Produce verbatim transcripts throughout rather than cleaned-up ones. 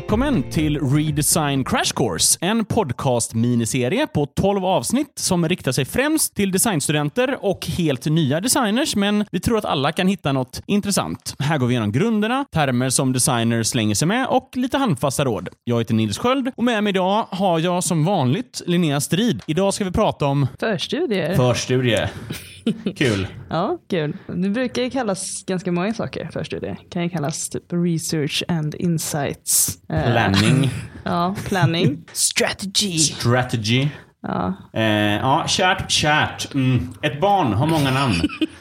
Välkommen till Redesign Crash Course, en podcast-miniserie på tolv avsnitt som riktar sig främst till designstudenter och helt nya designers, men vi tror att alla kan hitta något intressant. Här går vi igenom grunderna, termer som designer slänger sig med och lite handfasta råd. Jag heter Nils Sköld och med mig idag har jag som vanligt Linnea Strid. Idag ska vi prata om förstudier. Förstudier. Kul. Ja, kul. Det brukar ju kallas ganska många saker förstudier. Det kan ju kallas typ research and insights. Planning. Ja, planning. Strategy. Strategy. Ja. Eh, ja, kärt, kärt. Mm. Ett barn har många namn.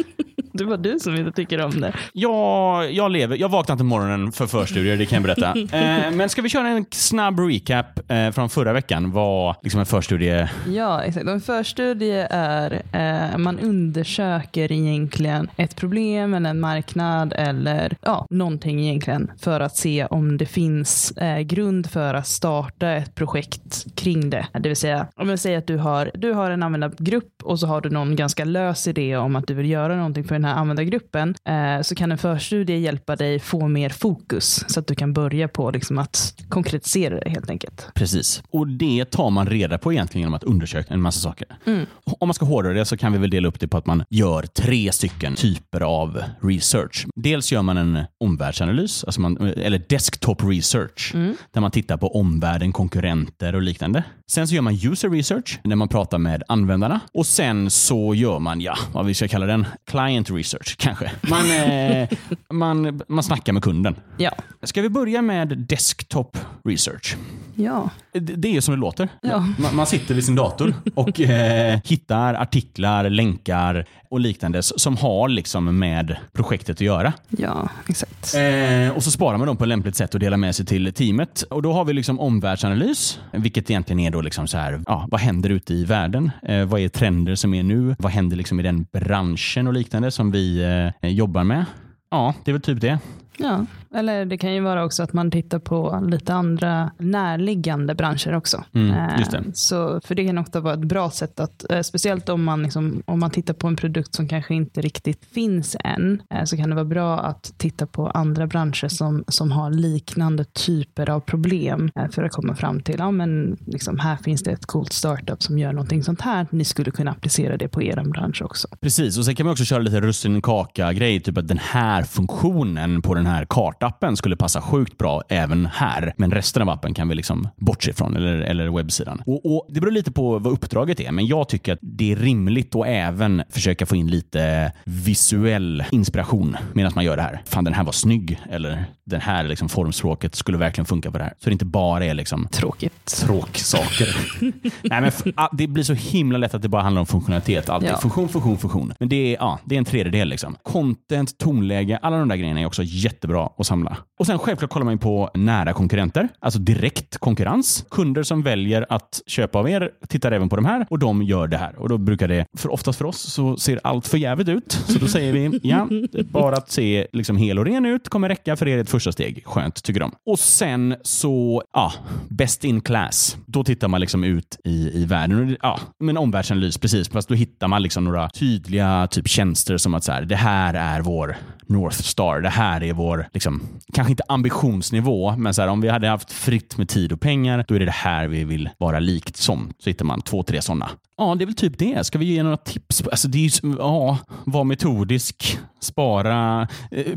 Det var du som inte tycker om det. Ja, jag lever. Jag vaknade inte morgonen för förstudier, det kan jag berätta. Eh, men ska vi köra en snabb recap eh, från förra veckan? Vad liksom en förstudie? Ja, exakt. En förstudie är eh, man undersöker egentligen ett problem eller en marknad eller ja, någonting egentligen för att se om det finns eh, grund för att starta ett projekt kring det. Det vill säga, om jag säger att du har, du har en användargrupp och så har du någon ganska lös idé om att du vill göra någonting för den här användargruppen, eh, så kan en förstudie hjälpa dig få mer fokus så att du kan börja på liksom att konkretisera det helt enkelt. Precis. Och det tar man reda på egentligen genom att undersöka en massa saker. Mm. Om man ska hårdra det så kan vi väl dela upp det på att man gör tre stycken typer av research. Dels gör man en omvärldsanalys, alltså man, eller desktop research, mm. där man tittar på omvärlden, konkurrenter och liknande. Sen så gör man user research när man pratar med användarna. Och sen så gör man, ja, vad vi ska kalla den, client research kanske. Man, eh, man, man snackar med kunden. Ja. Ska vi börja med desktop research? Ja. Det, det är ju som det låter. Ja. Man, man sitter vid sin dator och eh, hittar artiklar, länkar och liknande som har liksom med projektet att göra. Ja, exakt. Eh, och så sparar man dem på ett lämpligt sätt och delar med sig till teamet. Och då har vi liksom omvärldsanalys, vilket egentligen är då liksom så här, ja, vad händer ute i världen? Eh, vad är trender som är nu? Vad händer liksom i den branschen och liknande som vi eh, jobbar med? Ja, det är väl typ det. Ja, eller det kan ju vara också att man tittar på lite andra närliggande branscher också. Mm, just det. Så för det kan också vara ett bra sätt att, speciellt om man, liksom, om man tittar på en produkt som kanske inte riktigt finns än, så kan det vara bra att titta på andra branscher som, som har liknande typer av problem för att komma fram till, ja men liksom, här finns det ett coolt startup som gör någonting sånt här. Ni skulle kunna applicera det på er bransch också. Precis, och sen kan man också köra lite russin-kaka-grej, typ att den här funktionen på den här kartappen skulle passa sjukt bra även här, men resten av appen kan vi liksom bortse ifrån, eller, eller webbsidan. Och, och det beror lite på vad uppdraget är, men jag tycker att det är rimligt att även försöka få in lite visuell inspiration medan man gör det här. Fan, den här var snygg, eller den här liksom formspråket skulle verkligen funka på det här. Så det inte bara är liksom tråkigt. Tråksaker. Nej, men f- det blir så himla lätt att det bara handlar om funktionalitet. Alltid ja. funktion, funktion, funktion. Men det är, ja, det är en tredjedel liksom. Content, tonläge, alla de där grejerna är också jättebra att samla. Och sen självklart kollar man på nära konkurrenter, alltså direkt konkurrens. Kunder som väljer att köpa av er tittar även på de här och de gör det här. Och då brukar det, för oftast för oss så ser allt för jävligt ut. Så då säger vi, ja, bara att se liksom hel och ren ut kommer räcka för er ett första steg. Skönt, tycker de. Och sen så, ja, best in class. Då tittar man liksom ut i, i världen. Ja, med en omvärldsanalys, precis. Fast då hittar man liksom några tydliga typ tjänster som att så här, det här är vår North Star. Det här är vår, liksom, kanske inte ambitionsnivå, men så här, om vi hade haft fritt med tid och pengar, då är det det här vi vill vara likt som. Så hittar man två, tre sådana. Ja, det är väl typ det. Ska vi ge några tips? Alltså det är ju, ja, var metodisk, spara,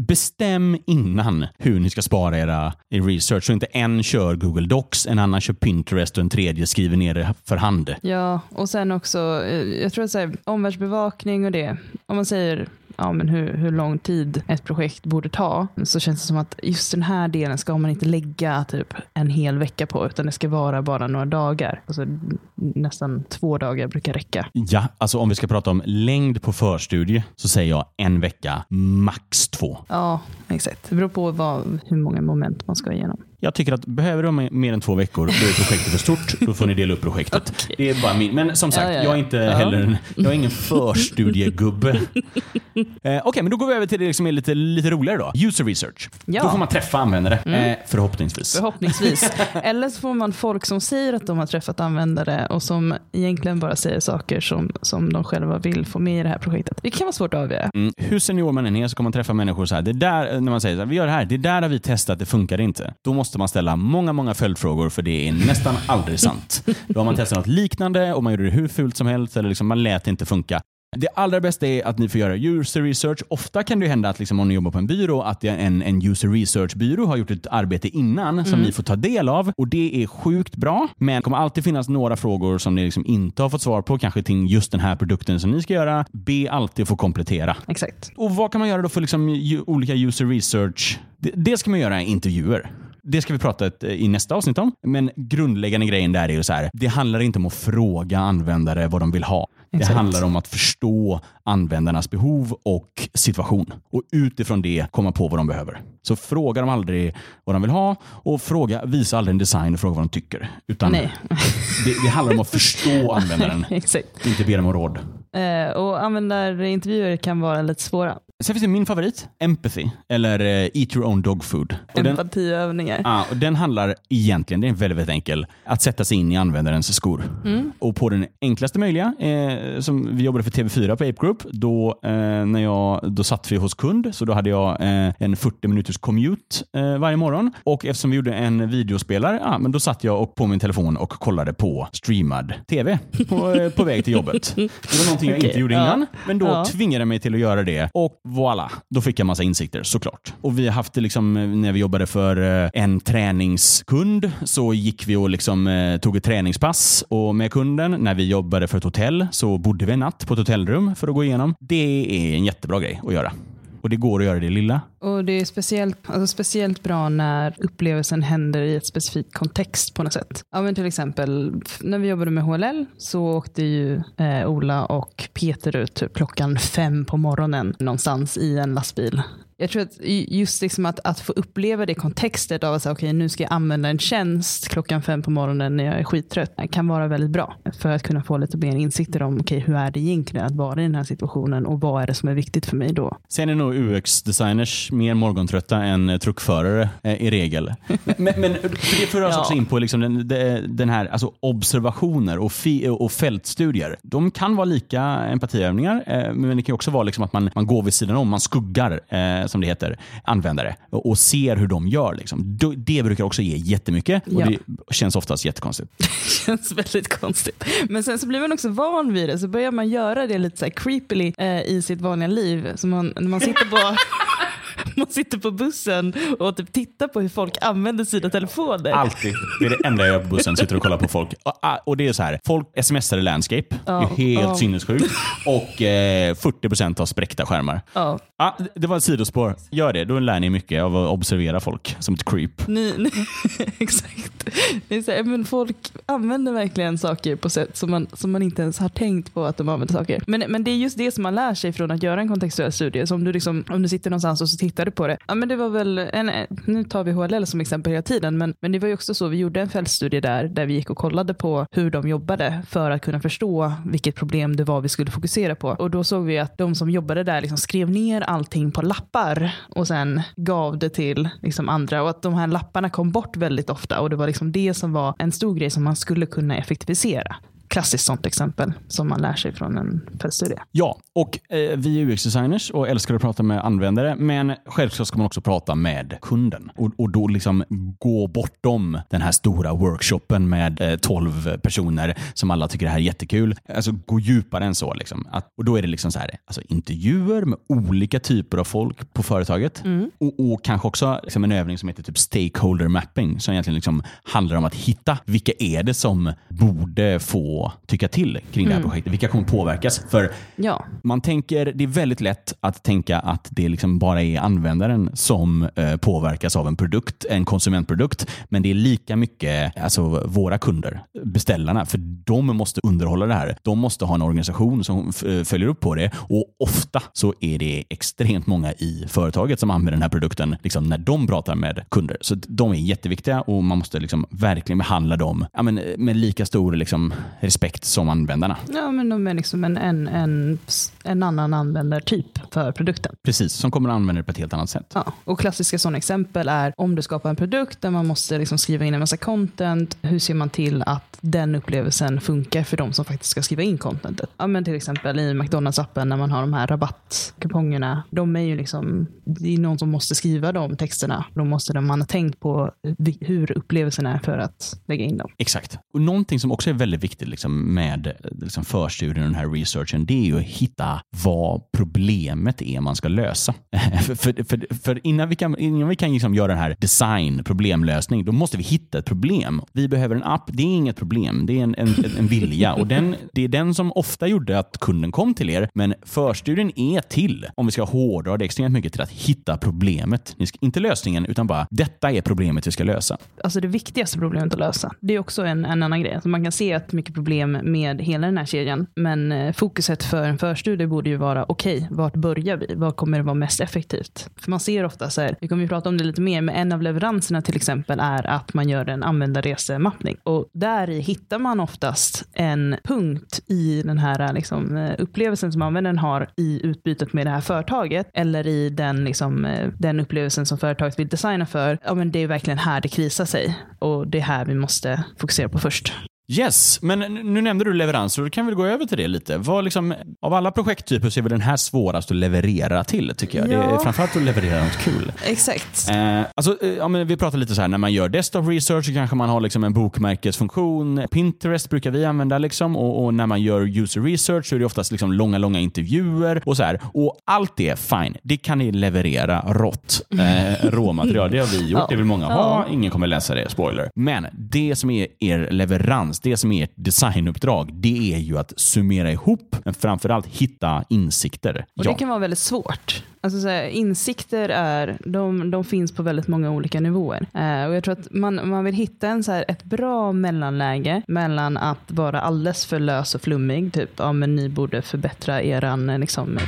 bestäm innan hur ni ska spara era i research. Så inte en kör Google Docs, en annan kör Pinterest och en tredje skriver ner det för hand. Ja, och sen också, jag tror att säga omvärldsbevakning och det. Om man säger ja, men hur, hur lång tid ett projekt borde ta, så känns det som att just den här delen ska man inte lägga typ en hel vecka på, utan det ska vara bara några dagar. Alltså nästan två dagar brukar räcka. Ja, alltså om vi ska prata om längd på förstudie så säger jag en vecka, max två. Ja, exakt. Det beror på vad, hur många moment man ska igenom. Jag tycker att behöver du mer än två veckor, då är projektet för stort, då får ni dela upp projektet. Okay. Det är bara min. Men som sagt, ja, ja, ja. jag är inte ja. heller en, jag är ingen förstudiegubbe. Okej, okay, men då går vi över till det som är lite, lite roligare då. User research. Ja. Då får man träffa användare, mm. eh, förhoppningsvis. Förhoppningsvis. Eller så får man folk som säger att de har träffat användare och som egentligen bara säger saker som, som de själva vill få med i det här projektet. Det kan vara svårt att avgöra. Mm. Hur senior man än är så kan man träffa människor så här. Det där, när man säger så här, vi gör det här, det där har vi testat, det funkar inte. Då måste man ställa många, många följdfrågor för det är nästan aldrig sant. Då har man testat något liknande och man gjorde det hur fult som helst eller liksom man lät det inte funka. Det allra bästa är att ni får göra user research. Ofta kan det hända att liksom, om ni jobbar på en byrå att en, en user research-byrå har gjort ett arbete innan mm. som ni får ta del av. Och det är sjukt bra. Men det kommer alltid finnas några frågor som ni liksom inte har fått svar på. Kanske till just den här produkten som ni ska göra. Be alltid få komplettera. Exakt. Och vad kan man göra då för liksom, ju, olika user research? Det, det ska man göra i intervjuer. Det ska vi prata ett, i nästa avsnitt om. Men grundläggande grejen där är ju så här. Det handlar inte om att fråga användare vad de vill ha. Exakt. Det handlar om att förstå användarnas behov och situation. Och utifrån det komma på vad de behöver. Så fråga dem aldrig vad de vill ha. Och fråga, visa aldrig en design och fråga vad de tycker. Utan Nej. det, det handlar om att förstå användaren. Exakt. Inte be dem om råd. Eh, och användarintervjuer kan vara lite svåra. Sen finns det min favorit, empathy, eller uh, eat your own dog food. Och empatiövningar. Ja, och den handlar egentligen, det är väldigt, väldigt enkel, att sätta sig in i användarens skor. Mm. Och på den enklaste möjliga, eh, som vi jobbade för T V fyra på Ape Group, då, eh, när jag, då satt vi hos kund, så då hade jag eh, en fyrtio minuters commute eh, varje morgon. Och eftersom vi gjorde en videospelare, ja, men då satt jag och på min telefon och kollade på streamad tv på, eh, på väg till jobbet. Det var någonting jag okay, inte gjorde innan, ja. Men då ja. tvingade jag mig till att göra det. Och voilà, då fick jag massa insikter såklart. Och vi har haft det liksom när vi jobbade för en träningskund så gick vi och liksom tog ett träningspass och med kunden. När vi jobbade för ett hotell så bodde vi en natt på ett hotellrum för att gå igenom. Det är en jättebra grej att göra. Och det går att göra det lilla. Och det är speciellt, alltså speciellt bra när upplevelsen händer i ett specifikt kontext på något sätt. Ja, men till exempel när vi jobbade med H L L så åkte ju eh, Ola och Peter ut typ klockan fem på morgonen någonstans i en lastbil. Jag tror att just liksom att, att få uppleva det kontextet av att säga, okej, nu ska jag använda en tjänst klockan fem på morgonen när jag är skittrött kan vara väldigt bra för att kunna få lite mer insikter om okej, hur är det egentligen att vara i den här situationen och vad är det som är viktigt för mig då. Sen är nog U X-designers mer morgontrötta än truckförare eh, i regel. Men, men det för oss ja. också in på liksom den, den här alltså observationer och, fi, och fältstudier. De kan vara lika empatiövningar eh, men det kan också vara liksom att man, man går vid sidan om, man skuggar eh, som det heter, användare och, och ser hur de gör. Liksom. Det brukar också ge jättemycket och ja. det känns oftast jättekonstigt. Det känns väldigt konstigt. Men sen så blir man också van vid det, så börjar man göra det lite så här creepily eh, i sitt vanliga liv. Så man, när man sitter på man sitter på bussen och typ tittar på hur folk använder sina telefoner. Alltid. Det är det enda jag gör på bussen. Sitter och kollar på folk. Och, och det är så här. Folk smsar i Landscape. Oh, det är helt oh. sinnessjukt. Och eh, fyrtio procent har spräckta skärmar. Oh. Ah, det var en sidospår. Gör det. Då lär ni mycket av att observera folk som ett creep. Ni, ni, exakt. Det är så här, men folk använder verkligen saker på sätt som man, som man inte ens har tänkt på att de använder saker. Men, men det är just det som man lär sig från att göra en kontextuell studie. Så om du, liksom, om du sitter någonstans och så tittar du på det. Ja, men det var väl en, nu tar vi H L L som exempel hela tiden, men, men det var ju också så, vi gjorde en fältstudie där, där vi gick och kollade på hur de jobbade för att kunna förstå vilket problem det var vi skulle fokusera på. Och då såg vi att de som jobbade där liksom skrev ner allting på lappar och sen gav det till liksom andra, och att de här lapparna kom bort väldigt ofta, och det var liksom det som var en stor grej som man skulle kunna effektivisera. Klassiskt sånt exempel som man lär sig från en fältstudie. Ja, och eh, vi är U X-designers och älskar att prata med användare, men självklart ska man också prata med kunden och, och då liksom gå bortom den här stora workshopen med eh, tolv personer som alla tycker det här är jättekul. Alltså gå djupare än så liksom. Att, och då är det liksom så här, alltså intervjuer med olika typer av folk på företaget mm. och, och kanske också liksom en övning som heter typ stakeholder mapping, som egentligen liksom handlar om att hitta vilka är det som borde få tycka till kring mm. det här projektet. Vilka kommer påverkas? För ja. man tänker, det är väldigt lätt att tänka att det liksom bara är användaren som eh, påverkas av en produkt, en konsumentprodukt, men det är lika mycket alltså våra kunder, beställarna, för de måste underhålla det här. De måste ha en organisation som f- följer upp på det, och ofta så är det extremt många i företaget som använder den här produkten liksom när de pratar med kunder. Så de är jätteviktiga och man måste liksom verkligen behandla dem ja, men, med lika stor liksom respekt som användarna. Ja, men de är liksom en, en, en, en annan användartyp för produkten. Precis, som kommer att använda det på ett helt annat sätt. Ja, och klassiska sådana exempel är om du skapar en produkt där man måste liksom skriva in en massa content, hur ser man till att den upplevelsen funkar för de som faktiskt ska skriva in contentet? Ja, men till exempel i McDonalds-appen när man har de här rabattkupongerna, de är ju liksom, det är någon som måste skriva de texterna. Då måste de, man ha tänkt på hur upplevelsen är för att lägga in dem. Exakt. Och någonting som också är väldigt viktigt liksom, med liksom, förstudien och den här researchen, det är ju att hitta vad problemet är man ska lösa. för, för, för, för innan vi kan, innan vi kan liksom göra den här design, problemlösning, då måste vi hitta ett problem. Vi behöver en app, det är inget problem, det är en, en, en vilja. Och den, det är den som ofta gjorde att kunden kom till er, men förstudien är till, om vi ska hårdra det extremt mycket, till att hitta problemet. Ni ska, inte lösningen, utan bara, detta är problemet vi ska lösa. Alltså det viktigaste problemet att lösa. Det är också en, en annan grej. Alltså man kan se att mycket problem med hela den här kedjan, men eh, fokuset för en förstudie borde ju vara, okej, okay, vart börjar vi? Vad kommer det vara mest effektivt? För man ser ofta så här, vi kommer ju prata om det lite mer, men en av leveranserna till exempel är att man gör en användarresemappning. Och där i hittar man oftast en punkt i den här liksom, upplevelsen som användaren har i utbytet med det här företaget, eller i den, liksom, den upplevelsen som företaget vill designa för. Ja, men det är verkligen här det krisar sig. Och det är här vi måste fokusera på först. Yes, men nu nämnde du leveranser, då kan vi gå över till det lite. Vad liksom, av alla projekttyper så är väl den här svårast att leverera till, tycker jag. Ja. Det är framförallt att leverera något kul. Exakt. Eh, alltså, eh, ja, men vi pratar lite så här, när man gör desktop research så kanske man har liksom en bokmärkesfunktion. Pinterest brukar vi använda liksom, och, och när man gör user research så är det oftast liksom långa, långa intervjuer och så här. Och allt det, fine, det kan ni leverera rått. Eh, råmaterial, det har vi gjort, ja. Det vill många ha. Ja. Ingen kommer läsa det, spoiler. Men det som är er leverans, det som är ett designuppdrag, det är ju att summera ihop, men framförallt hitta insikter. Och ja. Det kan vara väldigt svårt. Alltså så här, insikter är, de, de finns på väldigt många olika nivåer. Eh, och jag tror att man, man vill hitta en så här, ett bra mellanläge mellan att vara alldeles för lös och flummig, typ, ja men ni borde förbättra eran liksom,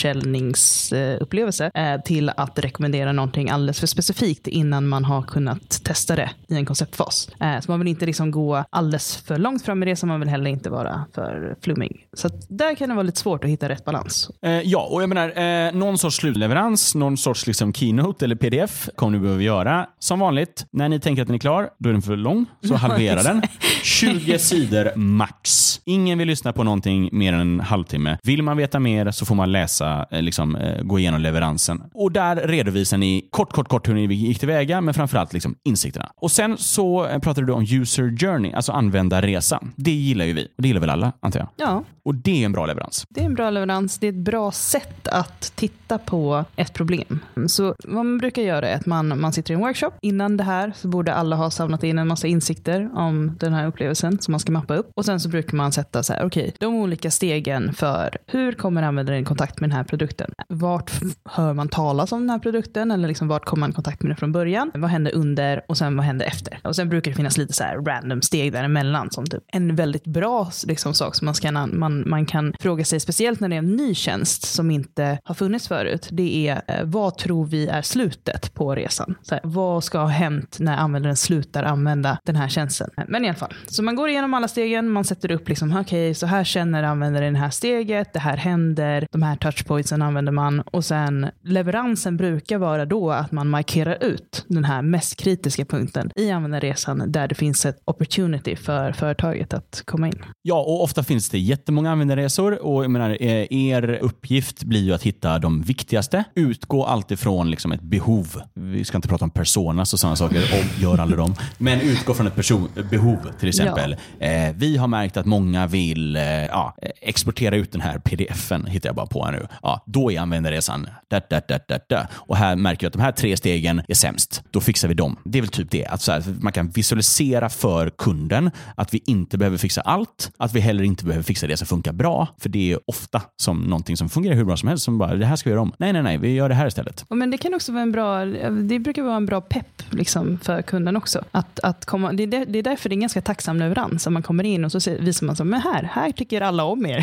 försäljningsupplevelse, eh, till att rekommendera någonting alldeles för specifikt innan man har kunnat testa det i en konceptfas. Eh, så man vill inte liksom gå alldeles för långt fram i det, som man vill heller inte vara för flummig. Så att där kan det vara lite svårt att hitta rätt balans. Eh, ja, och jag menar, eh, någon sorts slutleverans, någon sorts liksom keynote eller P D F kommer ni behöva göra. Som vanligt, när ni tänker att den är klar, då är den för lång, så halvera den. tjugo sidor max. Ingen vill lyssna på någonting mer än en halvtimme. Vill man veta mer så får man läsa, liksom, eh, gå igenom leveransen. Och där redovisar ni kort, kort, kort hur ni gick tillväga, men framförallt liksom insikterna. Och sen så eh, pratar du om user journey, alltså användarresa. Det gillar ju vi. Och det gillar väl alla, antar jag? Ja. Och det är en bra leverans. Det är en bra leverans. Det är ett bra sätt att titta på ett problem. Så vad man brukar göra är att man, man sitter i en workshop. Innan det här så borde alla ha samlat in en massa insikter om den här upplevelsen som man ska mappa upp. Och sen så brukar man sätta så här, okej, okay, de olika stegen för hur kommer användaren i kontakt med den här produkten? Vart hör man talas om den här produkten? Eller liksom vart kommer man i kontakt med den från början? Vad händer under och sen vad händer efter? Och sen brukar det finnas lite så här random steg däremellan som typ en väldigt bra liksom, sak som man, ska, man, man kan fråga sig, speciellt när det är en ny tjänst som inte har funnits förut. Det är, eh, vad tror vi är slutet på resan? Så här, vad ska ha hänt när användaren slutar använda den här tjänsten? Men i alla fall, så man går igenom alla stegen, man sätter upp liksom, okej, okay, så här känner användaren det här steget, det här händer, de här touchpointsen använder man, och sen leveransen brukar vara då att man markerar ut den här mest kritiska punkten i användarresan där det finns ett opportunity för företaget att komma in. Ja, och ofta finns det jättemånga användarresor, och jag menar, er uppgift blir ju att hitta de viktigaste. Utgå alltid från liksom ett behov. Vi ska inte prata om personas och sådana saker, och gör aldrig dem. Men utgå från ett person, behov till exempel. Ja. Eh, vi har märkt att många vill eh, ja, exportera ut den här pdf-en, hittar jag bara på här nu. Ja, då är användarresan da, da, da, da, da. Och här märker jag att de här tre stegen är sämst. Då fixar vi dem. Det är väl typ det. Att så här, man kan visualisera för kunden att vi inte behöver fixa allt. Att vi heller inte behöver fixa det som funkar bra. För det är ofta som någonting som fungerar hur bra som helst, som bara, det här ska vi göra om. Nej, nej, nej, vi gör det här istället. Men det kan också vara en bra, det brukar vara en bra pepp liksom, för kunden också. Att, att komma, det, är, det är därför det är en ganska tacksam leverans. Om man kommer in och så visar man så, men här, här tycker alla om er.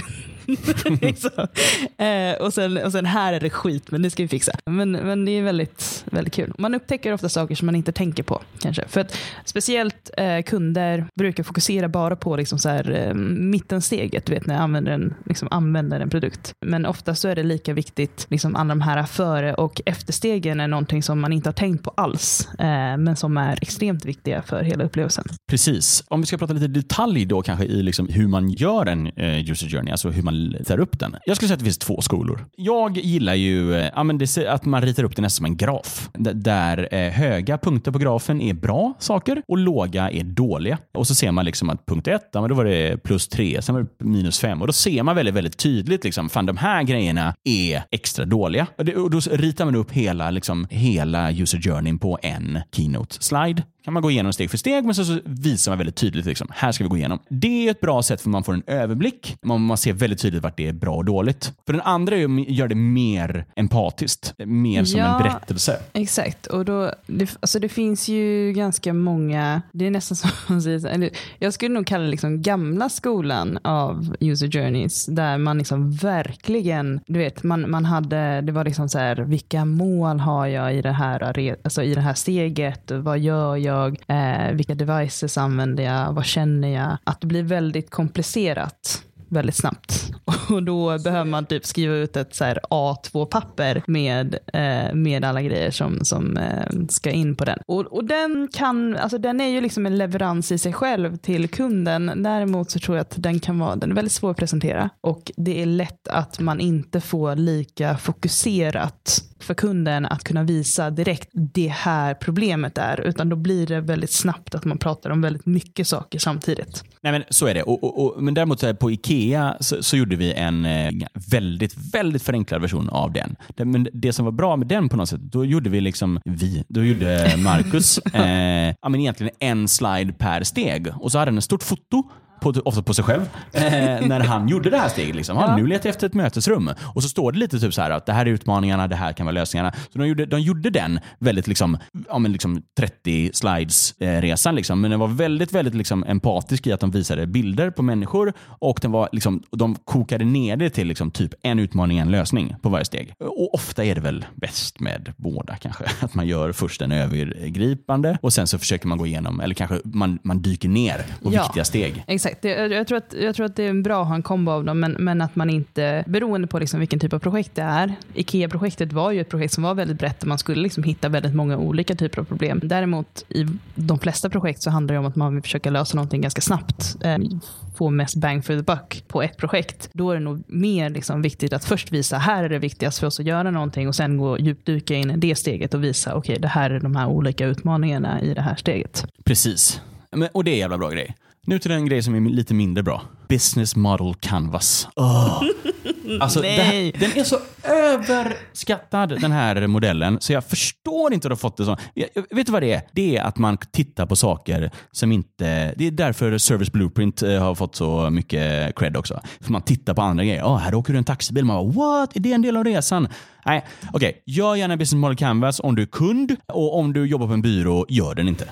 eh, och, sen, och sen här är det skit, men det ska vi fixa. Men, men det är väldigt, väldigt kul. Man upptäcker ofta saker som man inte tänker på kanske. För att speciellt eh, kunder brukar fokusera bara på liksom så här, eh, mittensteget, du vet, när användaren liksom använder en produkt. Men ofta så är det lika viktigt, liksom alla de här före- och efterstegen är någonting som man inte har tänkt på alls, eh, men som är extremt viktiga för hela upplevelsen. Precis. Om vi ska prata lite detalj då kanske i liksom hur man gör en eh, user journey, alltså hur man tar upp den. Jag skulle säga att det finns två skolor. Jag gillar ju eh, ja, men det, att man ritar upp det nästan som en graf. D- där eh, höga punkter på grafen är bra saker och låga är dåliga. Och så ser man liksom att punkt ett, ja, men då var det plus tre, sen var det minus fem. Och då ser man väldigt, väldigt tydligt liksom, fan de här grejerna är extra dåliga. Och, det, och då ritar man upp hela, liksom, hela user journeyn på en keynote-slide. Kan man gå igenom steg för steg, men så, så visar man väldigt tydligt liksom, här ska vi gå igenom. Det är ett bra sätt för man får en överblick. Man, man ser väldigt tydligt vart det är bra och dåligt. För den andra är att göra det mer empatiskt. Mer som ja, en berättelse. Exakt. Och då, det, alltså det finns ju ganska många, det är nästan som man säger, eller, jag skulle nog kalla det liksom gamla skolan av user journeys, där man liksom verkligen, du vet, man, man hade, det var liksom så här, vilka mål har jag i det här, alltså i det här steget, vad gör jag? Eh, vilka devices använder jag? Vad känner jag? Att det blir väldigt komplicerat väldigt snabbt. Och då behöver man typ skriva ut ett så här A två-papper med, eh, med alla grejer som, som eh, ska in på den. Och, och den kan, alltså den är ju liksom en leverans i sig själv till kunden. Däremot så tror jag att den kan vara, den är väldigt svår att presentera. Och det är lätt att man inte får lika fokuserat för kunden att kunna visa direkt det här problemet är, utan då blir det väldigt snabbt att man pratar om väldigt mycket saker samtidigt. Nej, men så är det. Och, och, och, men däremot på Ikea så, så gjorde vi en eh, väldigt, väldigt förenklad version av den. Det, men det som var bra med den på något sätt, då gjorde vi liksom, vi, då gjorde Marcus eh, ja, men egentligen en slide per steg. Och så hade den ett stort foto På, ofta på sig själv eh, när han gjorde det här steget liksom. Ja, nu letar jag efter ett mötesrum och så står det lite typ så här att det här är utmaningarna, det här kan vara lösningarna. Så de gjorde, de gjorde den väldigt liksom, ja, men liksom trettio slides eh, resan liksom. Men den var väldigt, väldigt liksom empatisk i att de visade bilder på människor och den var liksom, de kokade ner det till liksom typ en utmaning, en lösning på varje steg. Och ofta är det väl bäst med båda kanske. Att man gör först en övergripande och sen så försöker man gå igenom, eller kanske man, man dyker ner på ja, viktiga steg. Exakt. Det, jag, tror att, jag tror att det är bra att ha en kombo av dem, men, men att man inte, beroende på liksom vilken typ av projekt det är. IKEA-projektet var ju ett projekt som var väldigt brett och man skulle liksom hitta väldigt många olika typer av problem. Däremot i de flesta projekt så handlar det om att man vill försöka lösa någonting ganska snabbt. Eh, få mest bang for the buck på ett projekt. Då är det nog mer liksom viktigt att först visa, här är det viktigast för oss att göra någonting och sen gå djupdyka in i det steget och visa, okej, okay, det här är de här olika utmaningarna i det här steget. Precis. Men, och det är en jävla bra grej. Nu till en grej som är lite mindre bra. Business Model Canvas. Oh. Alltså, här, den är så överskattad, den här modellen, så jag förstår inte hur du har fått det så. Jag, vet du vad det är? Det är att man tittar på saker som inte... Det är därför Service Blueprint har fått så mycket cred också. För man tittar på andra grejer. Oh, här åker du en taxibil. Man bara, what? Är det en del av resan? Nej, okej. Okay. Gör gärna Business Model Canvas om du är kund, och om du jobbar på en byrå, gör den inte.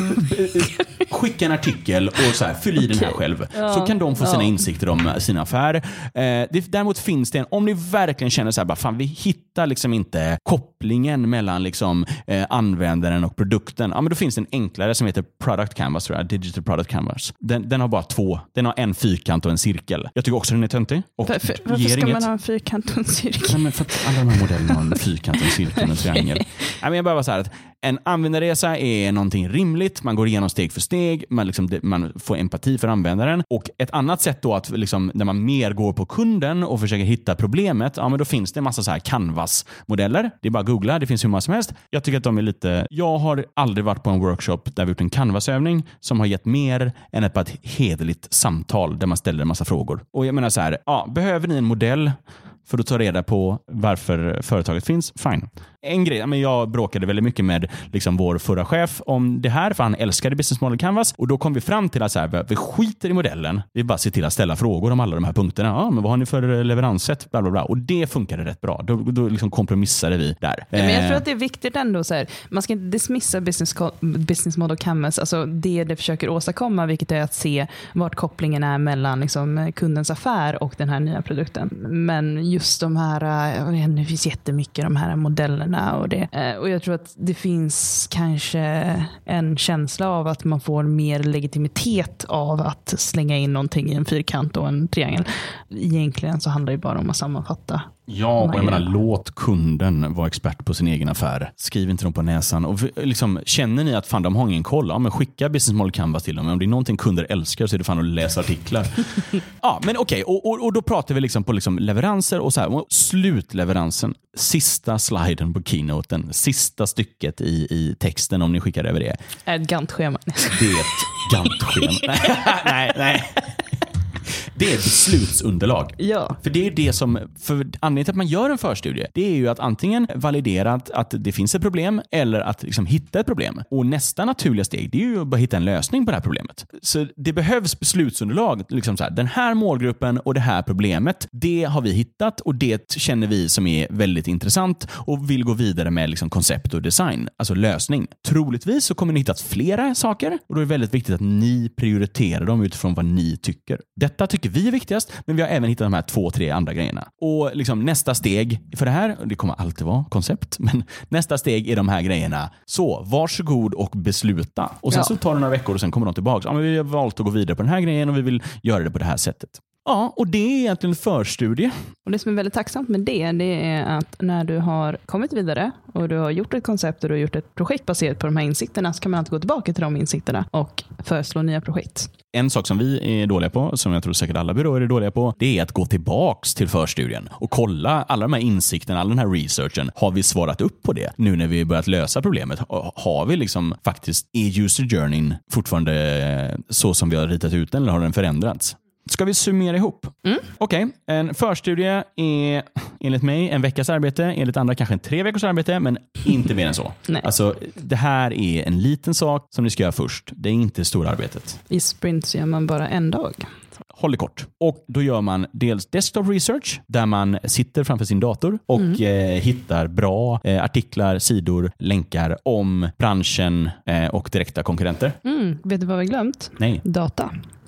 Skicka en artikel och så här, fyll i okay. den här själv. Ja. Så kan de få sina ja. insikter om sina affärer. Eh, det, däremot finns det en, om ni verkligen känner så här, bara, fan, vi hittar liksom inte kopplingen mellan liksom, eh, användaren och produkten. Ja, men då finns det en enklare som heter Product Canvas, tror jag. Digital Product Canvas. Den, den har bara två. Den har en fyrkant och en cirkel. Jag tycker också den är töntig. Och för, för, varför ska inget... man ha en fyrkant och en cirkel? Nej, men för att alla de här modellerna har en fyrkant, en cirkel och en triangel. Nej, men jag bara var så här att en användarresa är någonting rimligt. Man går igenom steg för steg. Man, liksom, man får empati för användaren. Och ett annat sätt då att liksom, när man mer går på kunden och försöker hitta problemet, ja, men då finns det en massa så här Canvas-modeller. Det är bara att googla, det finns hur många som helst. Jag tycker att de är lite... Jag har aldrig varit på en workshop där vi gjort en Canvas-övning som har gett mer än ett, ett hederligt samtal där man ställer en massa frågor. Och jag menar så här, ja, behöver ni en modell för att ta reda på varför företaget finns? Fine. en grej, men jag bråkade väldigt mycket med liksom vår förra chef om det här, för han älskade Business Model Canvas, och då kom vi fram till att så här, vi skiter i modellen, vi bara ser till att ställa frågor om alla de här punkterna. Ja, men vad har ni för leveranssätt? Bla, bla, bla. Och det funkade rätt bra. Då, då liksom kompromissade vi där. Ja, men jag tror att det är viktigt ändå så här, man ska inte dismissa business, business Model Canvas, alltså det det försöker åstadkomma, vilket är att se vart kopplingen är mellan liksom kundens affär och den här nya produkten. Men just de här, jag vet, det finns jättemycket de här modellerna och det. Och jag tror att det finns kanske en känsla av att man får mer legitimitet av att slänga in någonting i en fyrkant och en triangel. Egentligen så handlar det bara om att sammanfatta. Ja, och jag menar, låt kunden vara expert på sin egen affär. Skriv inte dem på näsan. Och liksom, känner ni att fan, de har ingen koll? Ja, men skicka Business Model Canvas till dem. Om det är någonting kunder älskar så är det fan att läsa artiklar. Ja, men okej. Okay. Och, och, och då pratar vi liksom på liksom leveranser och så här. Och slutleveransen. Sista sliden på keynoten. Sista stycket i, i texten, om ni skickar över det. Ett Gantt-schema. Det är ett Gantt-schema. nej, nej. Det är beslutsunderlag. Ja. För det är det som, för anledningen till att man gör en förstudie, det är ju att antingen validera att, att det finns ett problem eller att liksom hitta ett problem. Och nästa naturliga steg, det är ju att bara hitta en lösning på det här problemet. Så det behövs beslutsunderlag. Liksom så här, den här målgruppen och det här problemet, det har vi hittat och det känner vi som är väldigt intressant och vill gå vidare med liksom koncept och design, alltså lösning. Troligtvis så kommer ni hitta flera saker och då är det väldigt viktigt att ni prioriterar dem utifrån vad ni tycker. Detta tycker vi är viktigast, men vi har även hittat de här två, tre andra grejerna. Och liksom nästa steg för det här, det kommer alltid vara koncept, men nästa steg är de här grejerna. Så, varsågod och besluta. Och sen ja. så tar det några veckor och sen kommer de tillbaka. Ja, men vi har valt att gå vidare på den här grejen och vi vill göra det på det här sättet. Ja, och det är egentligen en förstudie. Och det som är väldigt tacksamt med det, det är att när du har kommit vidare och du har gjort ett koncept och du har gjort ett projekt baserat på de här insikterna, så kan man alltid gå tillbaka till de insikterna och föreslå nya projekt. En sak som vi är dåliga på, som jag tror säkert alla byråer är dåliga på, det är att gå tillbaks till förstudien och kolla alla de här insikterna, all den här researchen. Har vi svarat upp på det nu när vi börjat lösa problemet? Har vi liksom faktiskt, är user journeyn fortfarande så som vi har ritat ut den eller har den förändrats? Ska vi summera ihop? Mm. Okej, okay. En förstudie är enligt mig en veckas arbete, enligt andra kanske en tre veckors arbete, men inte mer än så. Nej. Alltså, det här är en liten sak som ni ska göra först. Det är inte det stora arbetet. I sprints gör man bara en dag. Håll det kort. Och då gör man dels desktop research där man sitter framför sin dator och mm. eh, hittar bra eh, artiklar, sidor, länkar om branschen eh, och direkta konkurrenter. Mm. Vet du vad vi glömt? Nej. Data.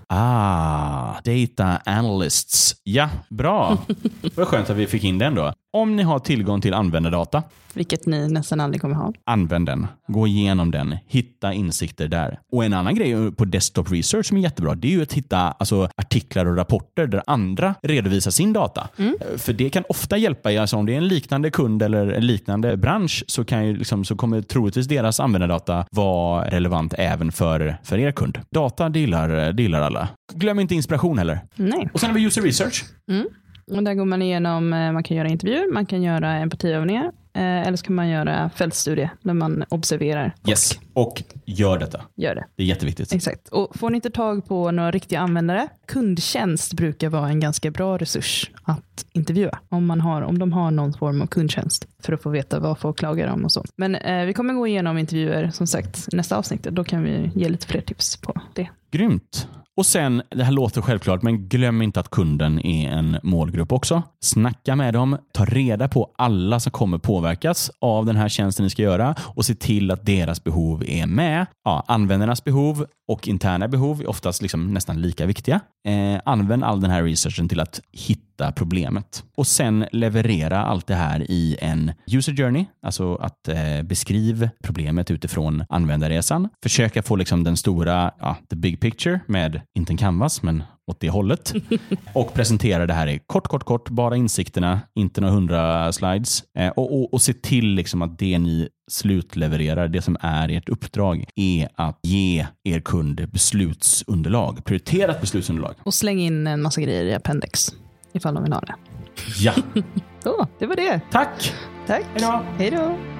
Ah, data analysts. Ja, bra. Vad skönt att vi fick in den då. Om ni har tillgång till användardata, vilket ni nästan aldrig kommer ha, använd den. Gå igenom den. Hitta insikter där. Och en annan grej på desktop research som är jättebra, det är ju att hitta alltså, artiklar och rapporter där andra redovisar sin data. Mm. För det kan ofta hjälpa, alltså, om det är en liknande kund eller en liknande bransch, så, kan ju, liksom, så kommer troligtvis deras användardata vara relevant även för, för er kund. Data delar, delar alla. Glöm inte inspiration heller. Nej. Och sen har vi user research. Mm. Och där går man igenom, man kan göra intervjuer, man kan göra empatiövningar, eller så kan man göra fältstudie där man observerar folk. Yes, och gör detta. Gör det. Det är jätteviktigt. Exakt. Och får ni inte tag på några riktiga användare, kundtjänst brukar vara en ganska bra resurs att intervjua. Om, man har, om de har någon form av kundtjänst för att få veta vad folk klagar om och så. Men eh, vi kommer gå igenom intervjuer som sagt nästa avsnitt. Då kan vi ge lite fler tips på det. Grymt. Och sen, det här låter självklart, men glöm inte att kunden är en målgrupp också. Snacka med dem, ta reda på alla som kommer påverkas av den här tjänsten ni ska göra och se till att deras behov är med. Ja, användarnas behov och interna behov är oftast liksom nästan lika viktiga. Eh, använd all den här researchen till att hitta problemet. Och sen leverera allt det här i en user journey, alltså att eh, beskriv problemet utifrån användarresan. Försöka få liksom den stora, ja, the big picture med inte en canvas, men åt det hållet. Och presentera det här i kort, kort, kort. Bara insikterna, inte några hundra slides. Eh, och, och, och se till liksom att det ni slutlevererar, det som är ert uppdrag, är att ge er kund beslutsunderlag. Prioriterat beslutsunderlag. Och släng in en massa grejer i appendix, ifall de vill ha det. Ja. Så, det var det. Tack. Tack. Hej då. Hej då.